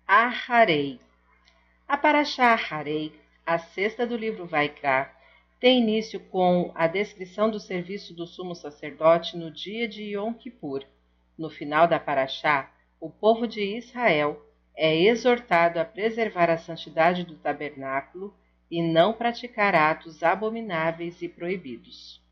Aharei. A Parashá Aharei, a sexta do livro Vaikra, tem início com a descrição do serviço do sumo sacerdote no dia de Yom Kippur. No final da Parashá, o povo de Israel é exortado a preservar a santidade do tabernáculo e não praticar atos abomináveis e proibidos.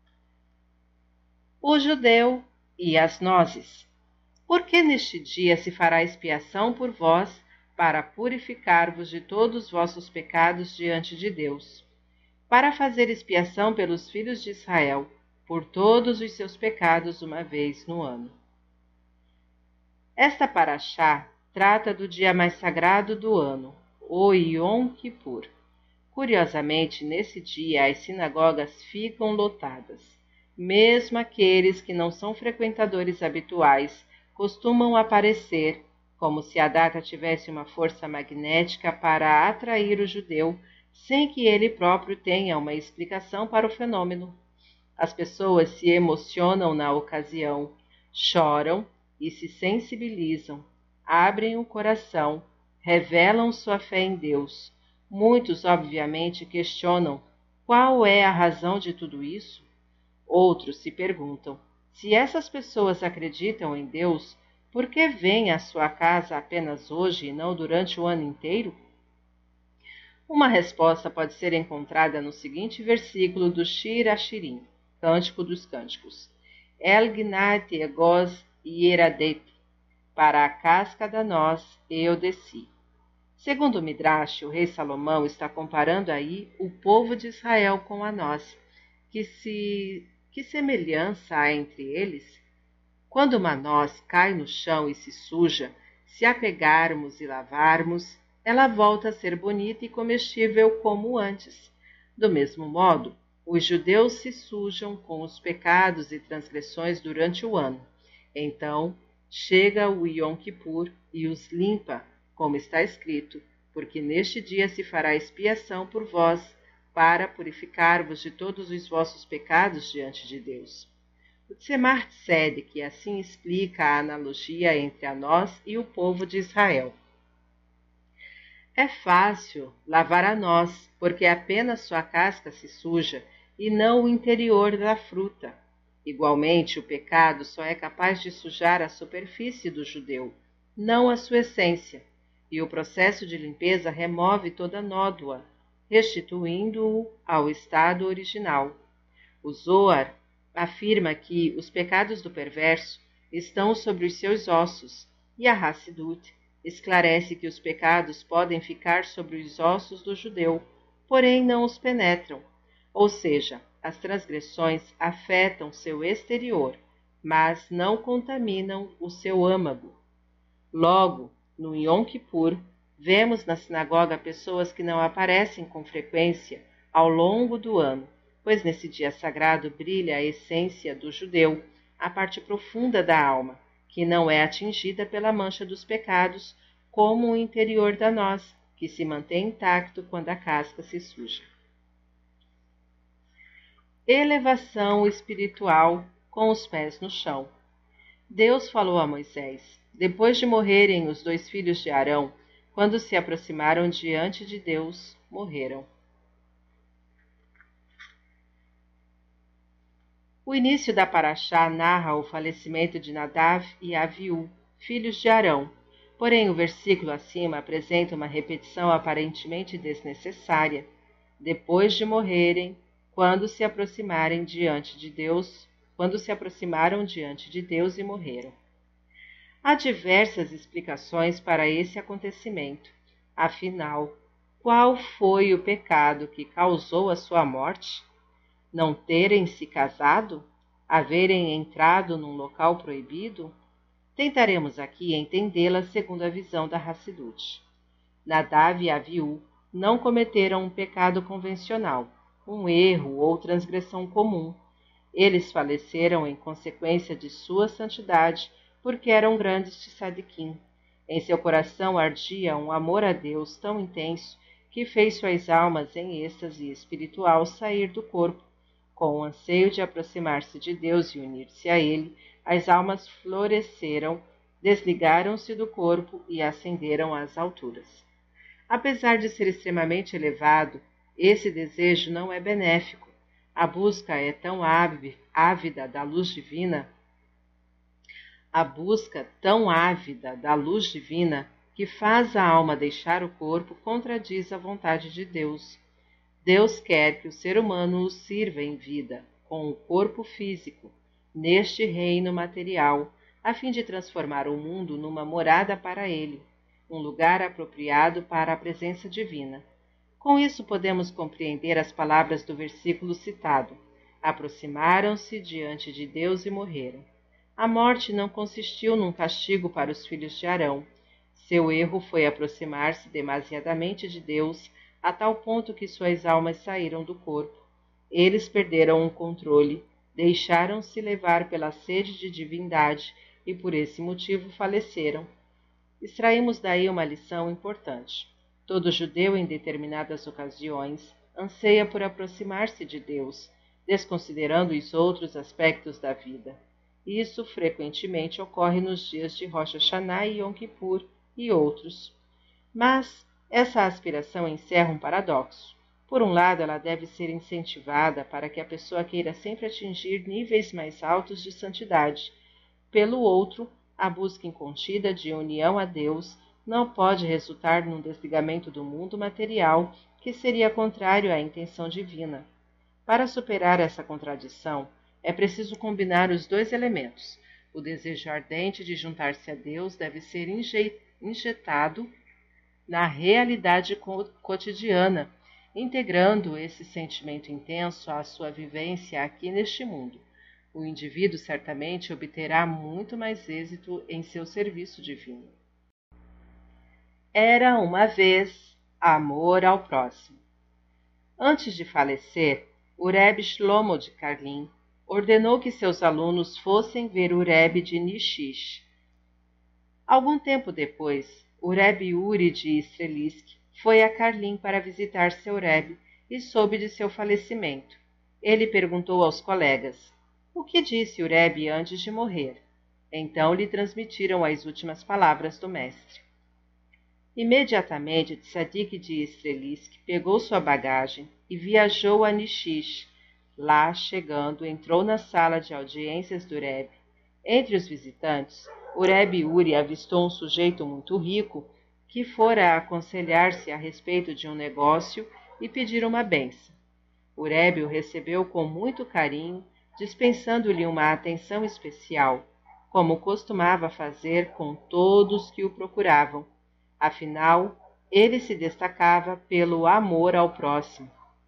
O judeu e as nozes. Porque neste dia se fará expiação por vós, para purificar-vos de todos os vossos pecados diante de Deus, para fazer expiação pelos filhos de Israel, por todos os seus pecados uma vez no ano. Esta Parashá trata do dia mais sagrado do ano, o Yom Kippur. Curiosamente, nesse dia as sinagogas ficam lotadas. Mesmo aqueles que não são frequentadores habituais costumam aparecer, como se a data tivesse uma força magnética para atrair o judeu, sem que ele próprio tenha uma explicação para o fenômeno. As pessoas se emocionam na ocasião, choram e se sensibilizam, abrem o coração, revelam sua fé em Deus. Muitos, obviamente, questionam qual é a razão de tudo isso. Outros se perguntam, se essas pessoas acreditam em Deus, por que vêm à sua casa apenas hoje e não durante o ano inteiro? Uma resposta pode ser encontrada no seguinte versículo do Shir Hashirim, Cântico dos Cânticos. El gnat egoz yeradet, para a casca da noz eu desci. Segundo o Midrash, o rei Salomão está comparando aí o povo de Israel com a noz. Que semelhança há entre eles? Quando uma noz cai no chão e se suja, se a pegarmos e lavarmos, ela volta a ser bonita e comestível como antes. Do mesmo modo, os judeus se sujam com os pecados e transgressões durante o ano. Então, chega o Yom Kippur e os limpa, como está escrito, porque neste dia se fará expiação por vós, para purificar-vos de todos os vossos pecados diante de Deus. O Tzemar Tzedek assim explica a analogia entre a nós e o povo de Israel. É fácil lavar a noz, porque apenas sua casca se suja e não o interior da fruta. Igualmente, o pecado só é capaz de sujar a superfície do judeu, não a sua essência, e o processo de limpeza remove toda nódoa, restituindo-o ao estado original. O Zohar afirma que os pecados do perverso estão sobre os seus ossos, e a Hassidut esclarece que os pecados podem ficar sobre os ossos do judeu, porém não os penetram, ou seja, as transgressões afetam seu exterior, mas não contaminam o seu âmago. Logo, no Yom Kippur, vemos na sinagoga pessoas que não aparecem com frequência ao longo do ano, pois nesse dia sagrado brilha a essência do judeu, a parte profunda da alma, que não é atingida pela mancha dos pecados, como o interior da noz, que se mantém intacto quando a casca se suja. Elevação espiritual com os pés no chão. Deus falou a Moisés, depois de morrerem os 2 filhos de Arão, quando se aproximaram diante de Deus, morreram. O início da Parashá narra o falecimento de Nadav e Aviú, filhos de Arão, porém o versículo acima apresenta uma repetição aparentemente desnecessária. Depois de morrerem, quando se aproximaram diante de Deus e morreram. Há diversas explicações para esse acontecimento. Afinal, qual foi o pecado que causou a sua morte? Não terem se casado? Haverem entrado num local proibido? Tentaremos aqui entendê-la segundo a visão da Hassidut. Nadav e Aviú não cometeram um pecado convencional, um erro ou transgressão comum. Eles faleceram em consequência de sua santidade, porque eram grandes tzadikim. Em seu coração ardia um amor a Deus tão intenso que fez suas almas em êxtase espiritual sair do corpo. Com o anseio de aproximar-se de Deus e unir-se a Ele, as almas floresceram desligaram-se do corpo e ascenderam às alturas. Apesar de ser extremamente elevado, esse desejo não é benéfico. A busca é tão ávida da luz divina, que faz a alma deixar o corpo, contradiz a vontade de Deus. Deus quer que o ser humano o sirva em vida, com o corpo físico, neste reino material, a fim de transformar o mundo numa morada para ele, um lugar apropriado para a presença divina. Com isso podemos compreender as palavras do versículo citado: aproximaram-se diante de Deus e morreram. A morte não consistiu num castigo para os filhos de Arão. Seu erro foi aproximar-se demasiadamente de Deus, a tal ponto que suas almas saíram do corpo. Eles perderam o controle, deixaram-se levar pela sede de divindade e por esse motivo faleceram. Extraímos daí uma lição importante. Todo judeu, em determinadas ocasiões, anseia por aproximar-se de Deus, desconsiderando os outros aspectos da vida. Isso frequentemente ocorre nos dias de Rosh Hashanah e Yom Kippur e outros. Mas essa aspiração encerra um paradoxo. Por um lado, ela deve ser incentivada para que a pessoa queira sempre atingir níveis mais altos de santidade. Pelo outro, a busca incontida de união a Deus não pode resultar num desligamento do mundo material que seria contrário à intenção divina. Para superar essa contradição, é preciso combinar os dois elementos. O desejo ardente de juntar-se a Deus deve ser injetado na realidade cotidiana, integrando esse sentimento intenso à sua vivência aqui neste mundo. O indivíduo certamente obterá muito mais êxito em seu serviço divino. Era uma vez amor ao próximo. Antes de falecer, o Rebbe Shlomo de Karlin ordenou que seus alunos fossem ver o Rebbe de Nishish. Algum tempo depois, o Rebbe Uri de Strelisk foi a Karlin para visitar seu Rebbe e soube de seu falecimento. Ele perguntou aos colegas: o que disse o Rebbe antes de morrer? Então lhe transmitiram as últimas palavras do mestre. Imediatamente, Tzadik de Strelisk pegou sua bagagem e viajou a Nishish. Lá, chegando, entrou na sala de audiências do Rebbe. Entre os visitantes, o Rebbe Uri avistou um sujeito muito rico que fora aconselhar-se a respeito de um negócio e pedir uma bênção. O Rebbe o recebeu com muito carinho, dispensando-lhe uma atenção especial, como costumava fazer com todos que o procuravam. Afinal, ele se destacava pelo amor ao próximo.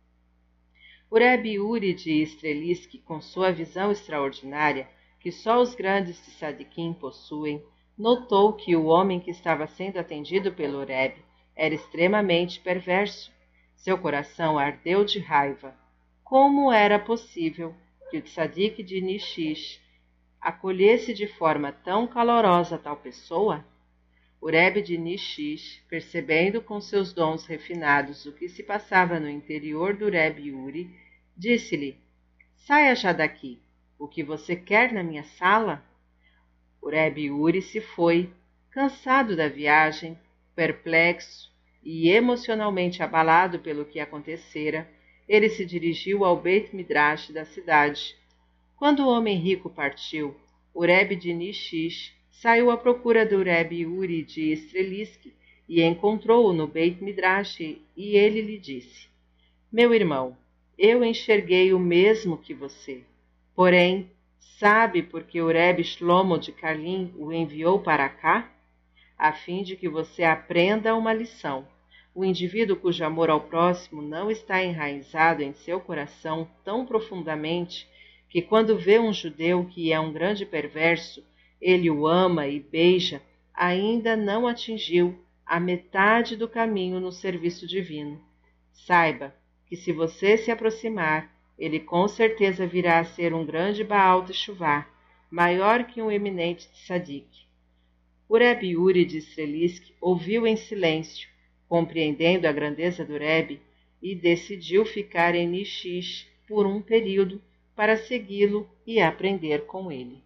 O Rebbe Uri de Strelisk, com sua visão extraordinária, que só os grandes tzadikim possuem, notou que o homem que estava sendo atendido pelo Rebbe era extremamente perverso. Seu coração ardeu de raiva. Como era possível que o tzadik de Nishish acolhesse de forma tão calorosa tal pessoa? O Rebbe de Nishish, percebendo com seus dons refinados o que se passava no interior do Rebbe Uri, disse-lhe: saia já daqui. O que você quer na minha sala? O Rebbe Uri se foi, cansado da viagem, perplexo e emocionalmente abalado pelo que acontecera. Ele se dirigiu ao Beit Midrash da cidade. Quando o homem rico partiu, o Rebbe de Nishish saiu à procura do Rebbe Uri de Strelisk e encontrou-o no Beit Midrash, e ele lhe disse: meu irmão, eu enxerguei o mesmo que você. Porém, sabe por que o Rebbe Shlomo de Karlin o enviou para cá? A fim de que você aprenda uma lição. O indivíduo cujo amor ao próximo não está enraizado em seu coração tão profundamente que, quando vê um judeu que é um grande perverso, ele o ama e beija, ainda não atingiu a metade do caminho no serviço divino. Saiba que, se você se aproximar, ele com certeza virá a ser um grande Baal Teshuvá, maior que um eminente tzadik. O Rebbe Uri de Strelisk ouviu em silêncio, compreendendo a grandeza do Rebbe, e decidiu ficar em Nishish por um período para segui-lo e aprender com ele.